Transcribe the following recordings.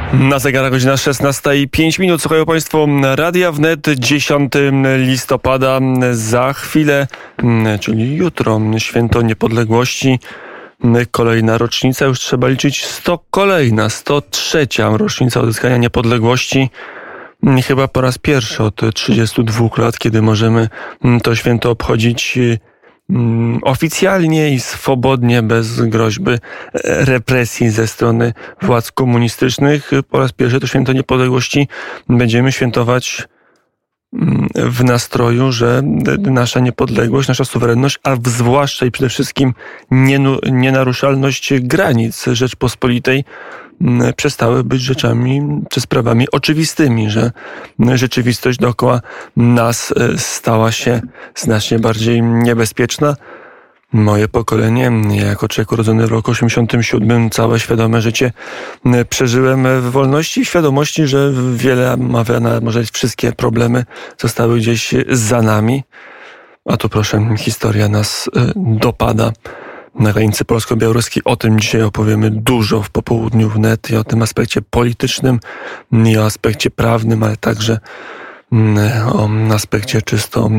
Na zegarach godzina 16:05. Słuchają Państwo Radia Wnet, 10 listopada. Za chwilę, czyli jutro, Święto Niepodległości. Kolejna rocznica, już trzeba liczyć 103. rocznica odzyskania niepodległości. Chyba po raz pierwszy od 32 lat, kiedy możemy to święto obchodzić oficjalnie i swobodnie, bez groźby represji ze strony władz komunistycznych. Po raz pierwszy to Święto Niepodległości będziemy świętować w nastroju, że nasza niepodległość, nasza suwerenność, a zwłaszcza i przede wszystkim nienaruszalność granic Rzeczpospolitej przestały być rzeczami czy sprawami oczywistymi, że rzeczywistość dookoła nas stała się znacznie bardziej niebezpieczna. Moje pokolenie, ja jako człowiek urodzony w roku 87, całe świadome życie przeżyłem w wolności i świadomości, że wiele, może wszystkie problemy zostały gdzieś za nami. A tu proszę, historia nas dopada na granicy polsko-białoruskiej. O tym dzisiaj opowiemy dużo w popołudniu wnet i o tym aspekcie politycznym i o aspekcie prawnym, ale także o aspekcie czysto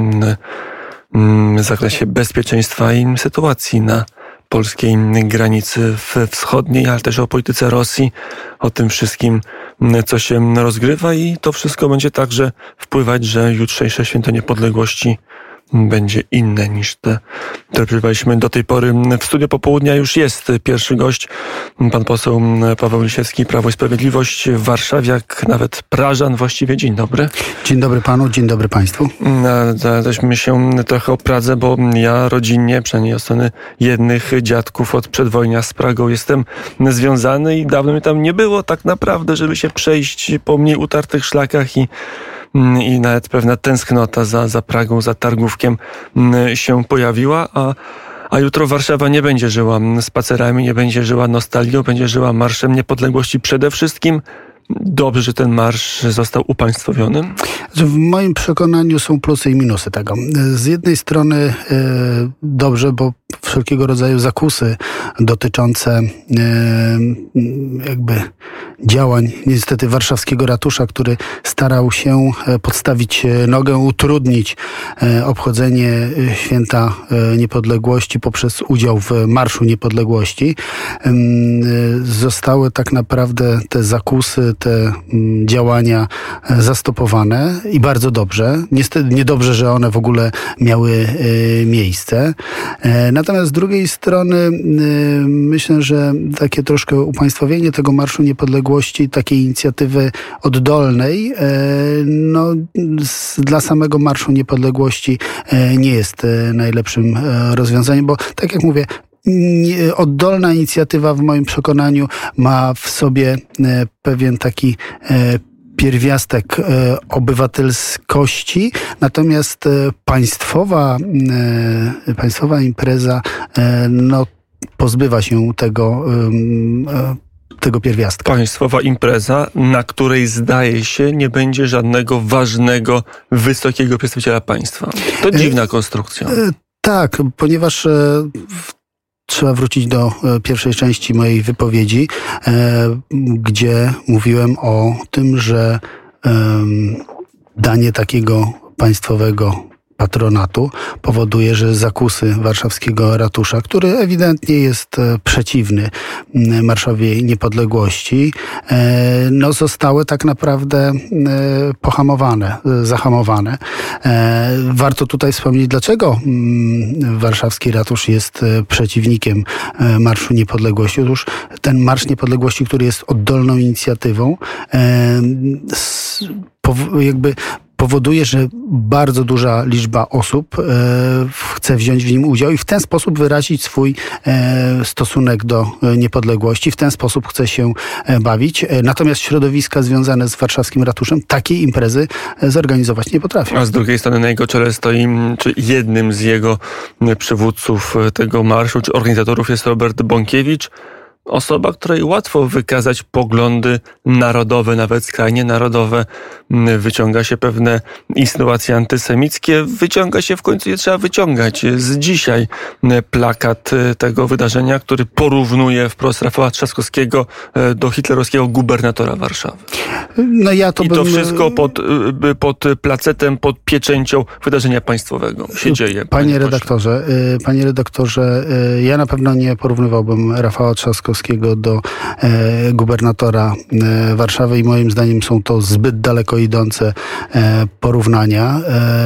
w zakresie bezpieczeństwa i sytuacji na polskiej granicy wschodniej, ale też o polityce Rosji, o tym wszystkim, co się rozgrywa, i to wszystko będzie także wpływać, że jutrzejsze Święto Niepodległości będzie inne niż te, które przeżywaliśmy do tej pory. W studiu popołudnia już jest pierwszy gość, pan poseł Paweł Lisiecki, Prawo i Sprawiedliwość, warszawiak, nawet Prażan właściwie. Dzień dobry. Dzień dobry panu, dzień dobry państwu. Zadaliśmy się trochę o Pradze, bo ja rodzinnie, przynajmniej od strony jednych dziadków od przedwojnia z Pragą jestem związany i dawno mi tam nie było tak naprawdę, żeby się przejść po mniej utartych szlakach i nawet pewna tęsknota za Pragą, za Targówkiem się pojawiła, a jutro Warszawa nie będzie żyła spacerami, nie będzie żyła nostalgią, będzie żyła Marszem Niepodległości przede wszystkim. Dobrze, że ten marsz został upaństwowiony? W moim przekonaniu są plusy i minusy tego. Z jednej strony dobrze, bo wszelkiego rodzaju zakusy dotyczące jakby działań niestety warszawskiego ratusza, który starał się podstawić nogę, utrudnić obchodzenie Święta Niepodległości poprzez udział w Marszu Niepodległości, zostały tak naprawdę te zakusy, te działania zastopowane i bardzo dobrze. Niestety niedobrze, że one w ogóle miały miejsce. Natomiast z drugiej strony myślę, że takie troszkę upaństwowienie tego Marszu Niepodległości, takiej inicjatywy oddolnej, dla samego Marszu Niepodległości nie jest najlepszym rozwiązaniem, bo tak jak mówię, oddolna inicjatywa w moim przekonaniu ma w sobie pewien taki pierwiastek obywatelskości, natomiast państwowa impreza pozbywa się tego pierwiastka. Państwowa impreza, na której zdaje się nie będzie żadnego ważnego, wysokiego przedstawiciela państwa. To dziwna konstrukcja. Tak, ponieważ trzeba wrócić do pierwszej części mojej wypowiedzi, gdzie mówiłem o tym, że danie takiego państwowego patronatu powoduje, że zakusy warszawskiego ratusza, który ewidentnie jest przeciwny Marszowi Niepodległości, zostały tak naprawdę zahamowane. Warto tutaj wspomnieć, dlaczego warszawski ratusz jest przeciwnikiem Marszu Niepodległości. Otóż ten Marsz Niepodległości, który jest oddolną inicjatywą, powoduje, że bardzo duża liczba osób chce wziąć w nim udział i w ten sposób wyrazić swój stosunek do niepodległości, w ten sposób chce się bawić. Natomiast środowiska związane z warszawskim ratuszem takiej imprezy zorganizować nie potrafią. A z drugiej strony na jego czele stoi, czy jednym z jego przywódców tego marszu, czy organizatorów jest Robert Bąkiewicz. osoba, której łatwo wykazać poglądy narodowe, nawet skrajnie narodowe. Wyciąga się pewne insynuacje antysemickie. Wyciąga się w końcu, je trzeba wyciągać. Z dzisiaj plakat tego wydarzenia, który porównuje wprost Rafała Trzaskowskiego do hitlerowskiego gubernatora Warszawy. No to wszystko pod placetem, pod pieczęcią wydarzenia państwowego się dzieje. Panie redaktorze, ja na pewno nie porównywałbym Rafała Trzaskowskiego do gubernatora Warszawy i moim zdaniem są to zbyt daleko idące porównania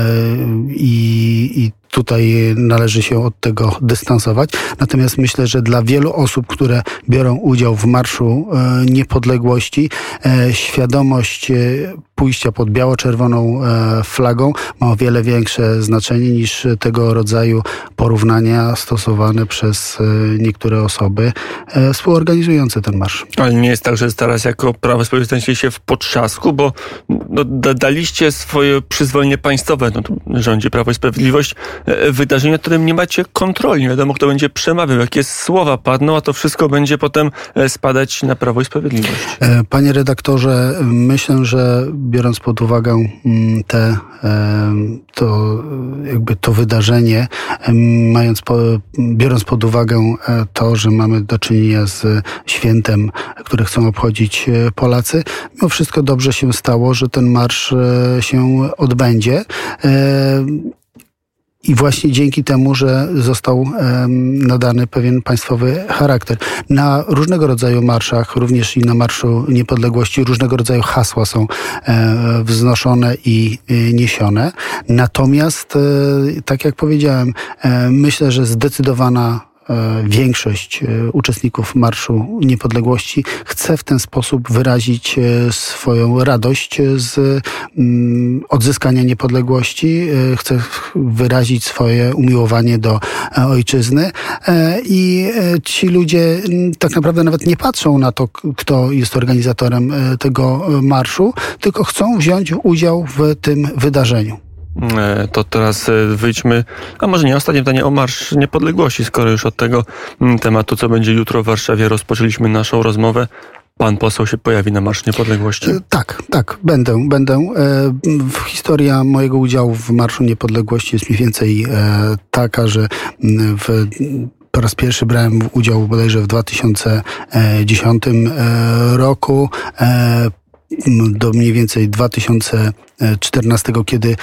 i tutaj należy się od tego dystansować. Natomiast myślę, że dla wielu osób, które biorą udział w Marszu Niepodległości, świadomość pójścia pod biało-czerwoną flagą ma o wiele większe znaczenie niż tego rodzaju porównania stosowane przez niektóre osoby współorganizujące ten marsz. Ale nie jest tak, że teraz jako Prawo i Sprawiedliwość się w potrzasku, bo daliście swoje przyzwolenie państwowe, tu rządzi Prawo i Sprawiedliwość, wydarzenie, nad którym nie macie kontroli. Nie wiadomo, kto będzie przemawiał, jakie słowa padną, a to wszystko będzie potem spadać na Prawo i Sprawiedliwość. Panie redaktorze, myślę, że biorąc pod uwagę to wydarzenie, biorąc pod uwagę to, że mamy do czynienia z świętem, które chcą obchodzić Polacy, mimo wszystko dobrze się stało, że ten marsz się odbędzie. I właśnie dzięki temu, że został nadany pewien państwowy charakter. Na różnego rodzaju marszach, również i na Marszu Niepodległości, różnego rodzaju hasła są wznoszone i niesione. Natomiast, tak jak powiedziałem, myślę, że zdecydowana większość uczestników Marszu Niepodległości chce w ten sposób wyrazić swoją radość z odzyskania niepodległości, chce wyrazić swoje umiłowanie do ojczyzny i ci ludzie tak naprawdę nawet nie patrzą na to, kto jest organizatorem tego marszu, tylko chcą wziąć udział w tym wydarzeniu. To teraz wyjdźmy, a może nie, ostatnie pytanie o Marsz Niepodległości, skoro już od tego tematu, co będzie jutro w Warszawie, rozpoczęliśmy naszą rozmowę. Pan poseł się pojawi na Marsz Niepodległości? Tak, będę. Historia mojego udziału w Marszu Niepodległości jest mniej więcej taka, że po raz pierwszy brałem udział bodajże w 2010 roku. Do mniej więcej 2014, kiedy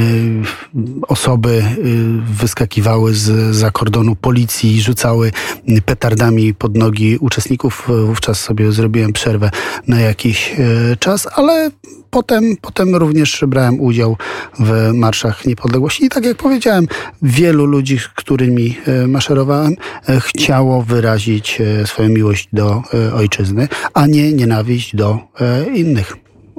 osoby wyskakiwały zza kordonu policji i rzucały petardami pod nogi uczestników. Wówczas sobie zrobiłem przerwę na jakiś czas, ale potem również brałem udział w marszach niepodległości. I tak jak powiedziałem, wielu ludzi, z którymi maszerowałem, chciało wyrazić swoją miłość do ojczyzny, a nie nienawiść do innych.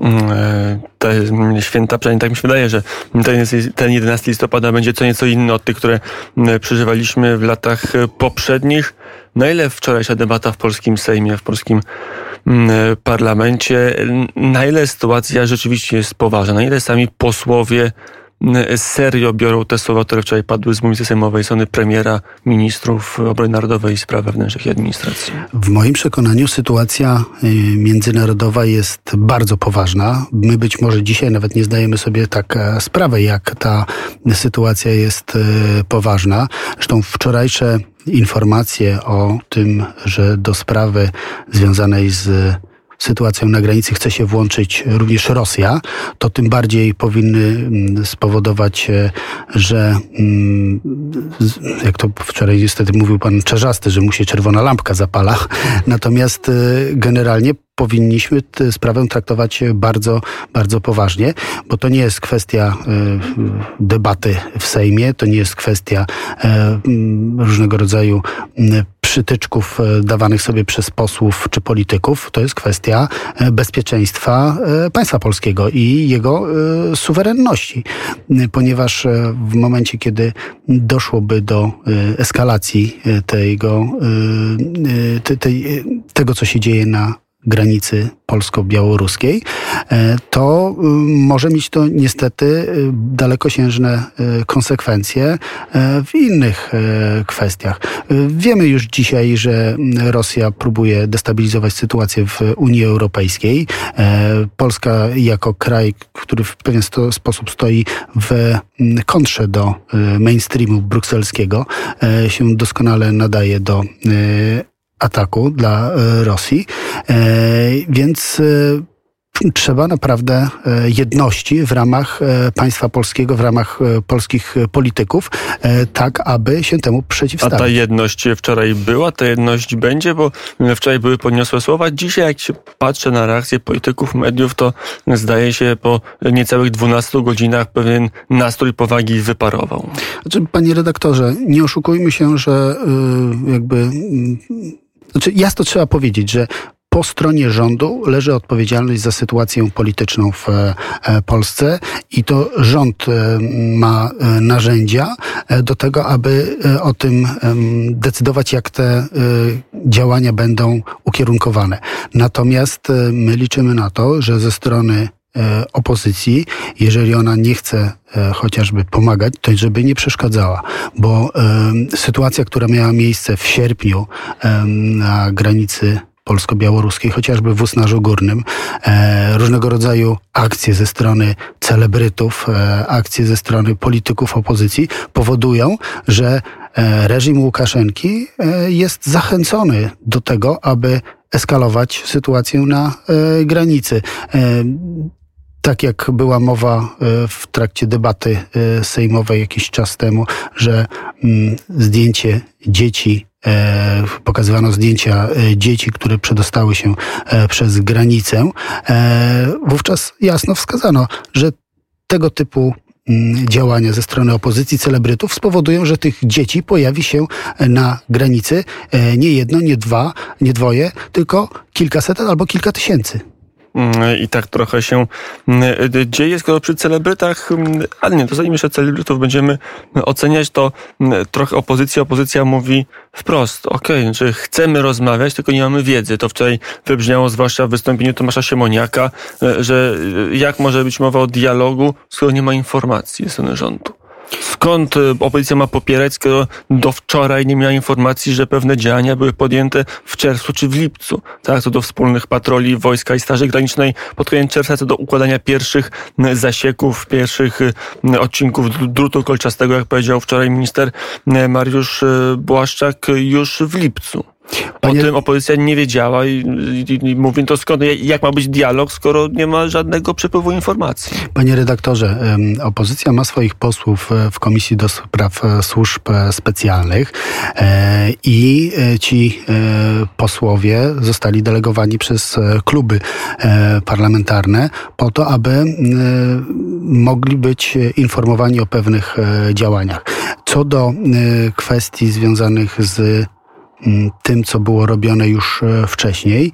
Te święta, przynajmniej tak mi się wydaje, że ten 11 listopada będzie co nieco inny od tych, które przeżywaliśmy w latach poprzednich. Na ile wczorajsza debata w polskim Sejmie, w polskim parlamencie, na ile sytuacja rzeczywiście jest poważna, na ile sami posłowie serio biorą te słowa, które wczoraj padły z mównicy sejmowej, strony premiera, ministrów obrony narodowej i spraw wewnętrznych i administracji? W moim przekonaniu sytuacja międzynarodowa jest bardzo poważna. My być może dzisiaj nawet nie zdajemy sobie tak sprawy, jak ta sytuacja jest poważna. Zresztą wczorajsze informacje o tym, że do sprawy związanej z sytuacją na granicy chce się włączyć również Rosja, to tym bardziej powinny spowodować, że jak to wczoraj niestety mówił pan Czarzasty, że mu się czerwona lampka zapala. Natomiast generalnie powinniśmy tę sprawę traktować bardzo, bardzo poważnie, bo to nie jest kwestia debaty w Sejmie, to nie jest kwestia różnego rodzaju przytyczków dawanych sobie przez posłów czy polityków. To jest kwestia bezpieczeństwa państwa polskiego i jego suwerenności. Ponieważ w momencie, kiedy doszłoby do eskalacji tego, co się dzieje na granicy polsko-białoruskiej, to może mieć to niestety dalekosiężne konsekwencje w innych kwestiach. Wiemy już dzisiaj, że Rosja próbuje destabilizować sytuację w Unii Europejskiej. Polska jako kraj, który w pewien sposób stoi w kontrze do mainstreamu brukselskiego, się doskonale nadaje do ataku dla Rosji, więc trzeba naprawdę jedności w ramach państwa polskiego, w ramach polskich polityków, tak aby się temu przeciwstawić. A ta jedność wczoraj była, ta jedność będzie, bo wczoraj były podniosłe słowa. Dzisiaj jak się patrzę na reakcje polityków, mediów, to zdaje się po niecałych 12 godzinach pewien nastrój powagi wyparował. Znaczy, panie redaktorze, nie oszukujmy się, że jasno trzeba powiedzieć, że po stronie rządu leży odpowiedzialność za sytuację polityczną w Polsce i to rząd ma narzędzia do tego, aby o tym decydować, jak te działania będą ukierunkowane. Natomiast my liczymy na to, że ze strony opozycji, jeżeli ona nie chce chociażby pomagać, to żeby nie przeszkadzała, bo sytuacja, która miała miejsce w sierpniu na granicy polsko-białoruskiej, chociażby w Usnarzu Górnym, różnego rodzaju akcje ze strony celebrytów, akcje ze strony polityków opozycji powodują, że reżim Łukaszenki jest zachęcony do tego, aby eskalować sytuację na granicy. Tak jak była mowa w trakcie debaty sejmowej jakiś czas temu, że zdjęcie dzieci, pokazywano zdjęcia dzieci, które przedostały się przez granicę, wówczas jasno wskazano, że tego typu działania ze strony opozycji, celebrytów spowodują, że tych dzieci pojawi się na granicy nie jedno, nie dwa, nie dwoje, tylko kilkaset albo kilka tysięcy. I tak trochę się dzieje, skoro przy celebrytach, ale nie, to zanim jeszcze celebrytów będziemy oceniać, to trochę opozycja mówi wprost, znaczy chcemy rozmawiać, tylko nie mamy wiedzy. To wczoraj wybrzmiało zwłaszcza w wystąpieniu Tomasza Siemoniaka, że jak może być mowa o dialogu, skoro nie ma informacji ze strony rządu. Skąd opozycja ma popierać, skoro do wczoraj nie miała informacji, że pewne działania były podjęte w czerwcu czy w lipcu? Tak, co do wspólnych patroli wojska i Straży Granicznej pod koniec czerwca, co do układania pierwszych zasieków, pierwszych odcinków drutu kolczastego, jak powiedział wczoraj minister Mariusz Błaszczak, już w lipcu. O tym opozycja nie wiedziała i mówi, to skąd, jak ma być dialog, skoro nie ma żadnego przepływu informacji? Panie redaktorze, opozycja ma swoich posłów w Komisji do Spraw Służb Specjalnych i ci posłowie zostali delegowani przez kluby parlamentarne po to, aby mogli być informowani o pewnych działaniach. Co do kwestii związanych z tym, co było robione już wcześniej.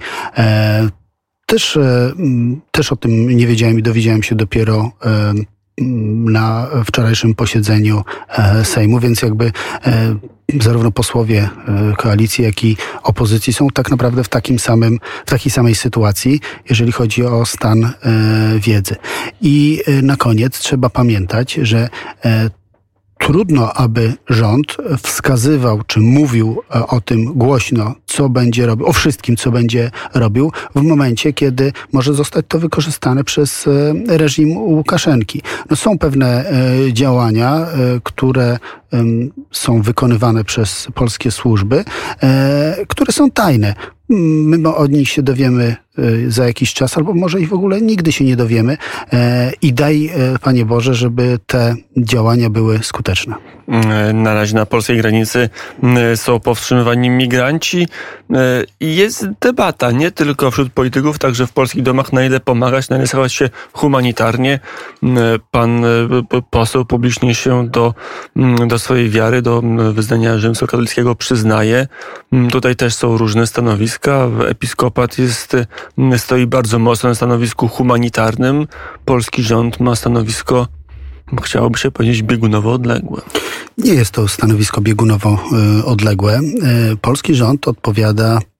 Też o tym nie wiedziałem i dowiedziałem się dopiero na wczorajszym posiedzeniu Sejmu, więc zarówno posłowie koalicji, jak i opozycji są tak naprawdę w takiej samej sytuacji, jeżeli chodzi o stan wiedzy. I na koniec trzeba pamiętać, że trudno, aby rząd wskazywał, czy mówił o tym głośno, co będzie robił, o wszystkim, co będzie robił, w momencie, kiedy może zostać to wykorzystane przez reżim Łukaszenki. Są pewne działania, które są wykonywane przez polskie służby, które są tajne. My o nich się dowiemy za jakiś czas, albo może ich w ogóle nigdy się nie dowiemy. I daj, Panie Boże, żeby te działania były skuteczne. Na razie na polskiej granicy są powstrzymywani migranci i jest debata nie tylko wśród polityków, także w polskich domach, na ile pomagać, na ile stawać się humanitarnie. Pan poseł publicznie się do swojej wiary, do wyznania rzymskokatolickiego przyznaje. Tutaj też są różne stanowiska. Episkopat stoi bardzo mocno na stanowisku humanitarnym. Polski rząd ma stanowisko, chciałoby się powiedzieć, biegunowo odległe. Nie jest to stanowisko biegunowo odległe. Polski rząd odpowiada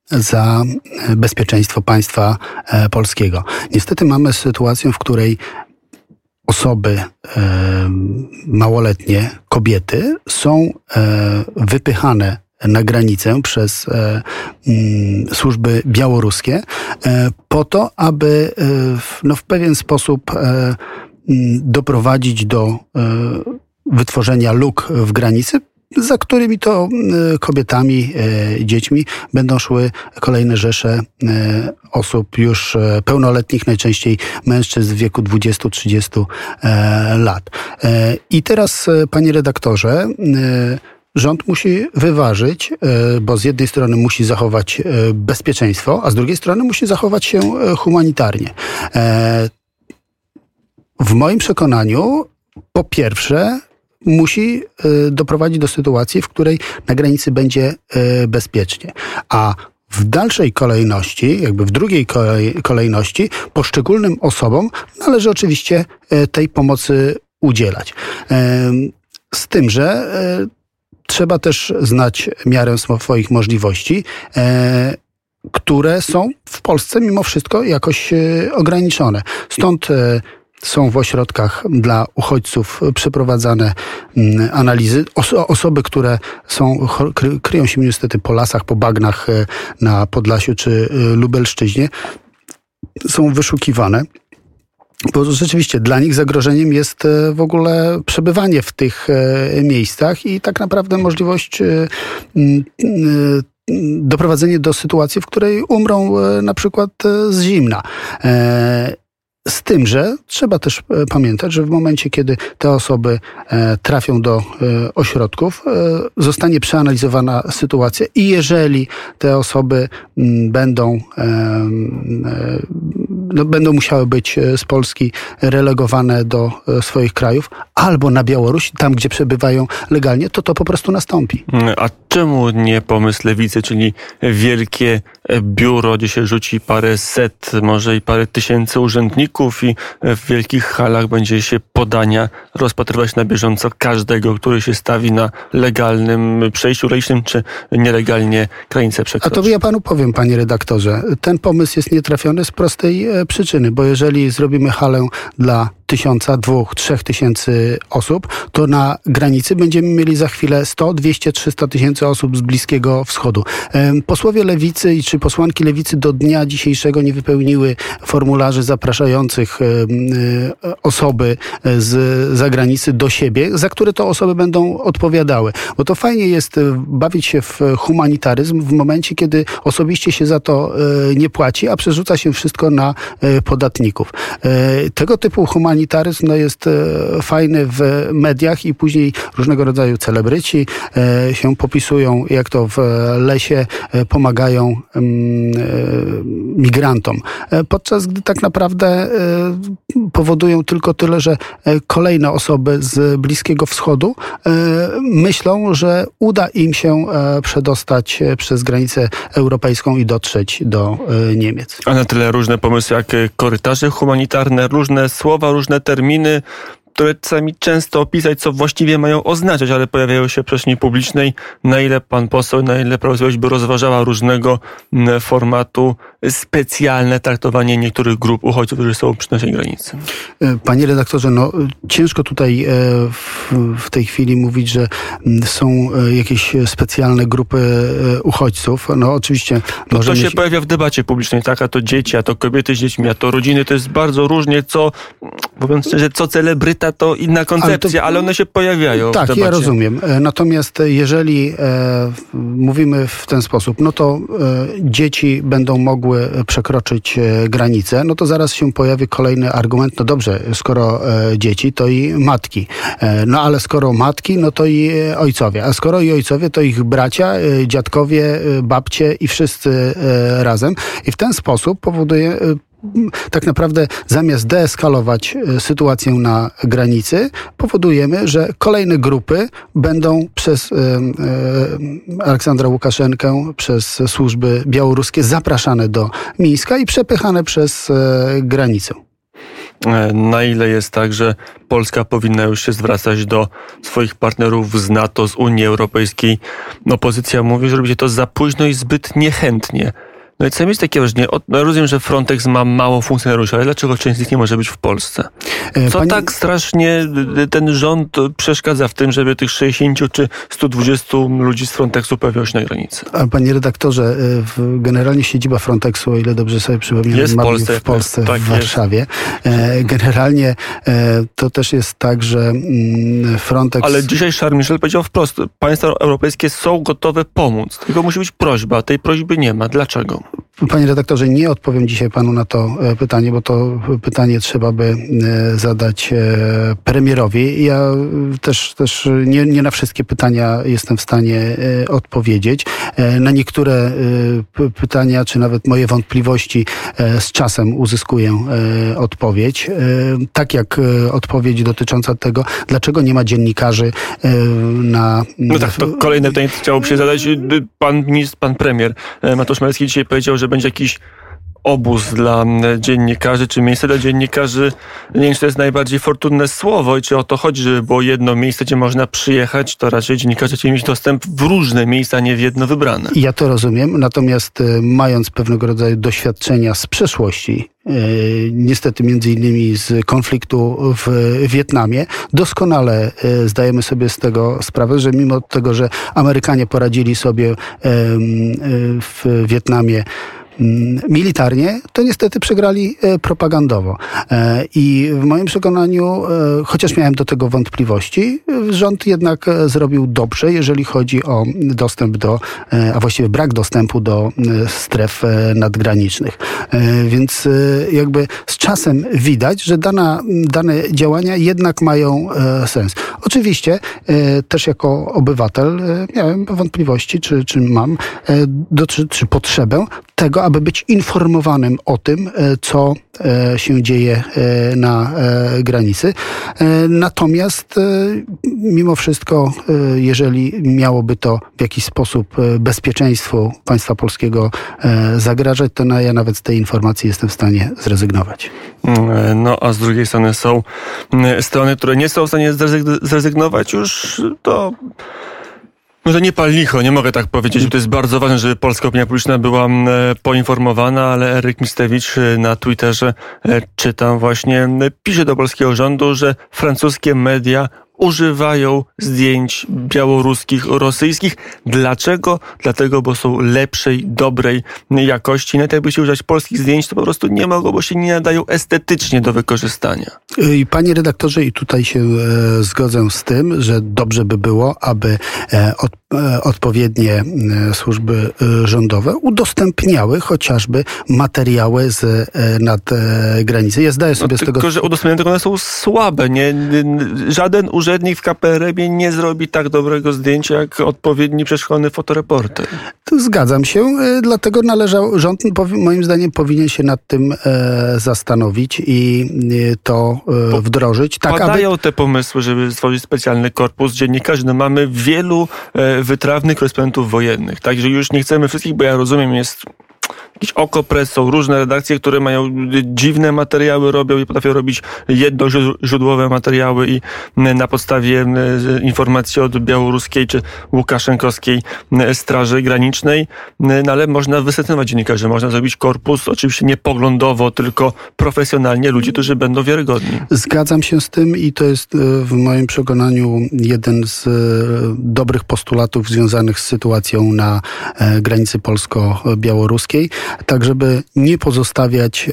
za bezpieczeństwo państwa polskiego. Niestety mamy sytuację, w której osoby małoletnie, kobiety są wypychane na granicę przez służby białoruskie po to, aby w pewien sposób doprowadzić do wytworzenia luk w granicy, za którymi to kobietami, dziećmi będą szły kolejne rzesze osób już pełnoletnich, najczęściej mężczyzn w wieku 20-30 lat. I teraz, panie redaktorze, rząd musi wyważyć, bo z jednej strony musi zachować bezpieczeństwo, a z drugiej strony musi zachować się humanitarnie. W moim przekonaniu, po pierwsze, musi doprowadzić do sytuacji, w której na granicy będzie bezpiecznie. A w dalszej kolejności, jakby w drugiej kolejności, poszczególnym osobom należy oczywiście tej pomocy udzielać. Z tym, że trzeba też znać miarę swoich możliwości, które są w Polsce mimo wszystko jakoś ograniczone. Stąd są w ośrodkach dla uchodźców przeprowadzane analizy. Osoby, które kryją się niestety po lasach, po bagnach na Podlasiu czy Lubelszczyźnie, są wyszukiwane. Bo rzeczywiście dla nich zagrożeniem jest w ogóle przebywanie w tych miejscach i tak naprawdę możliwość doprowadzenia do sytuacji, w której umrą na przykład z zimna. Z tym, że trzeba też pamiętać, że w momencie, kiedy te osoby trafią do ośrodków, zostanie przeanalizowana sytuacja i jeżeli te osoby będą musiały być z Polski relegowane do swoich krajów albo na Białoruś, tam gdzie przebywają legalnie, to po prostu nastąpi. A czemu nie pomysł Lewicy, czyli wielkie biuro, gdzie się rzuci parę set, może i parę tysięcy urzędników i w wielkich halach będzie się podania rozpatrywać na bieżąco każdego, który się stawi na legalnym przejściu granicznym, czy nielegalnie granicę przekroczy? A to ja panu powiem, panie redaktorze, ten pomysł jest nietrafiony z prostej przyczyny, bo jeżeli zrobimy halę dla 1000, 2, 3 tysięcy osób, to na granicy będziemy mieli za chwilę 100, 200, 300 tysięcy osób z Bliskiego Wschodu. Posłowie Lewicy czy posłanki Lewicy do dnia dzisiejszego nie wypełniły formularzy zapraszających osoby z zagranicy do siebie, za które to osoby będą odpowiadały. Bo to fajnie jest bawić się w humanitaryzm w momencie, kiedy osobiście się za to nie płaci, a przerzuca się wszystko na podatników. Tego typu humanitaryzm jest fajny w mediach i później różnego rodzaju celebryci się popisują, jak to w lesie pomagają migrantom. Podczas gdy tak naprawdę powodują tylko tyle, że kolejne osoby z Bliskiego Wschodu myślą, że uda im się przedostać przez granicę europejską i dotrzeć do Niemiec. A na tyle różne pomysły jak korytarze humanitarne, różne słowa, różne terminy, które czasami często opisać, co właściwie mają oznaczać, ale pojawiają się w przestrzeni publicznej. Na ile pan poseł, na ile Prawo i Sprawiedliwość by rozważała różnego formatu specjalne traktowanie niektórych grup uchodźców, którzy są przy naszej granicy? Panie redaktorze, ciężko tutaj w tej chwili mówić, że są jakieś specjalne grupy uchodźców. Oczywiście... To się pojawia w debacie publicznej, tak? A to dzieci, a to kobiety z dziećmi, a to rodziny. To jest bardzo różnie, mówiąc szczerze, co celebryta, to inna koncepcja, ale one się pojawiają w debacie. Tak, ja rozumiem. Natomiast jeżeli mówimy w ten sposób, to dzieci będą mogły przekroczyć granicę, to zaraz się pojawi kolejny argument. Dobrze, skoro dzieci, to i matki. Ale skoro matki, to i ojcowie. A skoro i ojcowie, to ich bracia, dziadkowie, babcie i wszyscy razem. I w ten sposób powoduje... Tak naprawdę zamiast deeskalować sytuację na granicy, powodujemy, że kolejne grupy będą przez Aleksandra Łukaszenkę, przez służby białoruskie zapraszane do Mińska i przepychane przez granicę. Na ile jest tak, że Polska powinna już się zwracać do swoich partnerów z NATO, z Unii Europejskiej? Opozycja mówi, że robicie to za późno i zbyt niechętnie. No i co jest takie ważne? Rozumiem, że Frontex ma mało funkcjonariuszy, ale dlaczego część z nich nie może być w Polsce? Co tak strasznie ten rząd przeszkadza w tym, żeby tych 60 czy 120 ludzi z Frontexu pojawiło się na granicy? A panie redaktorze, generalnie siedziba Frontexu, o ile dobrze sobie przypominam, jest w Polsce, tak w Warszawie. Generalnie to też jest tak, że Frontex... Ale dzisiaj Charles Michel powiedział wprost, państwa europejskie są gotowe pomóc, tylko musi być prośba, a tej prośby nie ma. Dlaczego? Panie redaktorze, nie odpowiem dzisiaj panu na to pytanie, bo to pytanie trzeba by zadać premierowi. Ja też nie na wszystkie pytania jestem w stanie odpowiedzieć. Na niektóre pytania, czy nawet moje wątpliwości z czasem uzyskuję odpowiedź. Tak jak odpowiedź dotycząca tego, dlaczego nie ma dziennikarzy na... No tak, to kolejne pytanie chciałoby się zadać. Pan premier Mateusz Morawiecki dzisiaj powiedział, że będzie jakiś obóz dla dziennikarzy, czy miejsce dla dziennikarzy. Nie wiem, czy to jest najbardziej fortunne słowo i czy o to chodzi, żeby było jedno miejsce, gdzie można przyjechać, to raczej dziennikarze chcieli mieć dostęp w różne miejsca, a nie w jedno wybrane. Ja to rozumiem, natomiast mając pewnego rodzaju doświadczenia z przeszłości, niestety między innymi z konfliktu w Wietnamie, doskonale zdajemy sobie z tego sprawę, że mimo tego, że Amerykanie poradzili sobie w Wietnamie militarnie, to niestety przegrali propagandowo. I w moim przekonaniu, chociaż miałem do tego wątpliwości, rząd jednak zrobił dobrze, jeżeli chodzi o dostęp do, a właściwie brak dostępu do stref nadgranicznych. Więc jakby z czasem widać, że dane działania jednak mają sens. Oczywiście też jako obywatel miałem wątpliwości, czy mam, czy potrzebę tego, aby być informowanym o tym, co się dzieje na granicy. Natomiast mimo wszystko, jeżeli miałoby to w jakiś sposób bezpieczeństwu państwa polskiego zagrażać, to ja nawet z tej informacji jestem w stanie zrezygnować. No a z drugiej strony są strony, które nie są w stanie zrezygnować już, to... Może nie pal licho, nie mogę tak powiedzieć, bo to jest bardzo ważne, żeby polska opinia publiczna była poinformowana, ale Eryk Mistewicz na Twitterze, czytam właśnie, pisze do polskiego rządu, że francuskie media używają zdjęć białoruskich, rosyjskich. Dlaczego? Dlatego, bo są lepszej, dobrej jakości. Nawet jakby się używać polskich zdjęć, to po prostu nie mogą, bo się nie nadają estetycznie do wykorzystania. Panie redaktorze, i tutaj się zgodzę z tym, że dobrze by było, aby odpowiednie służby rządowe udostępniały chociażby materiały z nadgranicy. Ja zdaję sobie z tego... Tylko, że udostępnione tego one są słabe. Żaden urzędnik w KPRM-ie nie zrobi tak dobrego zdjęcia, jak odpowiedni przeszkolony fotoreporter. Zgadzam się, dlatego rząd moim zdaniem powinien się nad tym zastanowić i to wdrożyć. Tak, padają te pomysły, żeby stworzyć specjalny korpus dziennikarzy. No mamy wielu wytrawnych korespondentów wojennych. Także już nie chcemy wszystkich, bo ja rozumiem, jest jakiś Okopres, są różne redakcje, które mają dziwne materiały, robią i potrafią robić jednoźródłowe materiały i na podstawie informacji od białoruskiej czy łukaszenkowskiej Straży Granicznej, no ale można wyselektyonować dziennikarzy, można zrobić korpus, oczywiście nie poglądowo, tylko profesjonalnie ludzi, którzy będą wiarygodni. Zgadzam się z tym i to jest w moim przekonaniu jeden z dobrych postulatów związanych z sytuacją na granicy polsko-białoruskiej, tak żeby nie pozostawiać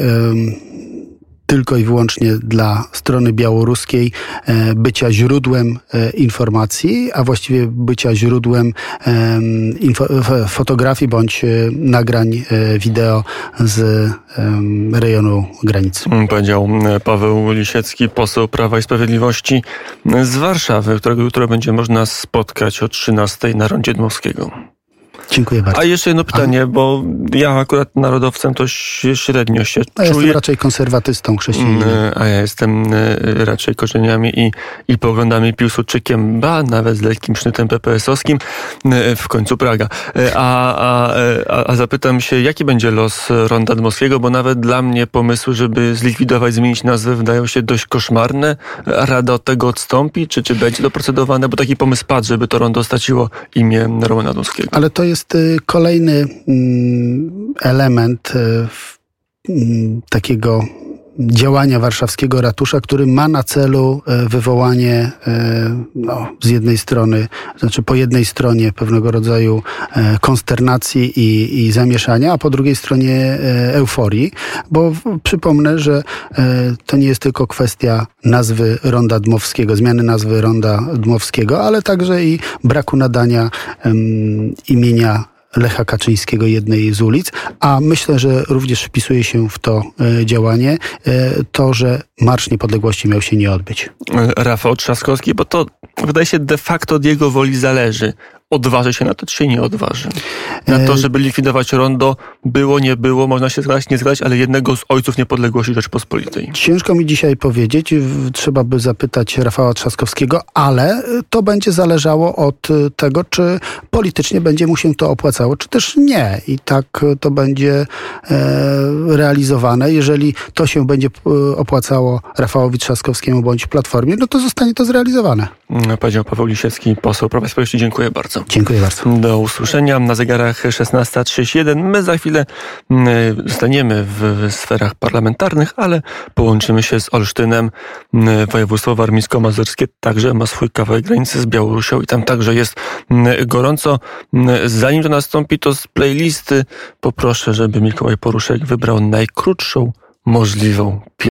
tylko i wyłącznie dla strony białoruskiej bycia źródłem informacji, a właściwie bycia źródłem fotografii bądź nagrań wideo z rejonu granicy. Powiedział Paweł Lisiecki, poseł Prawa i Sprawiedliwości z Warszawy, którego jutro będzie można spotkać o 13:00 na rondzie Dmowskiego. Dziękuję bardzo. A jeszcze jedno pytanie, bo ja akurat narodowcem to średnio się Ja czuję. jestem raczej konserwatystą chrześcijaninem. A ja jestem raczej korzeniami i poglądami Piłsudczykiem, nawet z lekkim sznytem PPS-owskim, w końcu Praga. A zapytam się, jaki będzie los Ronda Dmowskiego, bo nawet dla mnie pomysły, żeby zlikwidować, zmienić nazwę, wydają się dość koszmarne. Rada od tego odstąpi? Czy będzie to procedowane? Bo taki pomysł padł, żeby to rondo straciło imię Romana Dmowskiego. Ale to jest kolejny element takiego działania warszawskiego ratusza, który ma na celu wywołanie z jednej strony, znaczy po jednej stronie pewnego rodzaju konsternacji i zamieszania, a po drugiej stronie euforii, bo przypomnę, że to nie jest tylko kwestia nazwy Ronda Dmowskiego, zmiany nazwy Ronda Dmowskiego, ale także i braku nadania imienia Lecha Kaczyńskiego jednej z ulic, a myślę, że również wpisuje się w to działanie to, że Marsz Niepodległości miał się nie odbyć. Rafał Trzaskowski, bo to wydaje się de facto od jego woli zależy. Odważy się na to, czy się nie odważy? Na to, żeby likwidować rondo, było, nie było, można się zgadzać, nie zgadzać, ale jednego z ojców niepodległości Rzeczpospolitej. Ciężko mi dzisiaj powiedzieć, trzeba by zapytać Rafała Trzaskowskiego, ale to będzie zależało od tego, czy politycznie będzie mu się to opłacało, czy też nie. I tak to będzie realizowane. Jeżeli to się będzie opłacało Rafałowi Trzaskowskiemu bądź Platformie, no to zostanie to zrealizowane. Powiedział Paweł Lisiecki, poseł Prawa i Sprawiedliwości. Dziękuję bardzo. Dziękuję bardzo. Do usłyszenia. Na zegarach 16:31. My za chwilę zostaniemy w sferach parlamentarnych, ale połączymy się z Olsztynem. Województwo warmińsko-mazurskie także ma swój kawałek granicy z Białorusią i tam także jest gorąco. Zanim to nastąpi, to z playlisty poproszę, żeby Mikołaj Poruszek wybrał najkrótszą możliwą piosenkę.